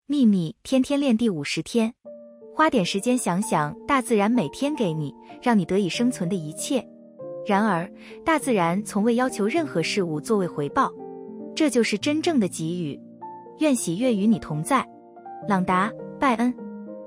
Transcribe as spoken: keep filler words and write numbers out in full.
秘密天天练第五十天，花点时间想想大自然每天给你，让你得以生存的一切。然而，大自然从未要求任何事物作为回报，这就是真正的给予。愿喜悦与你同在。朗达·拜恩。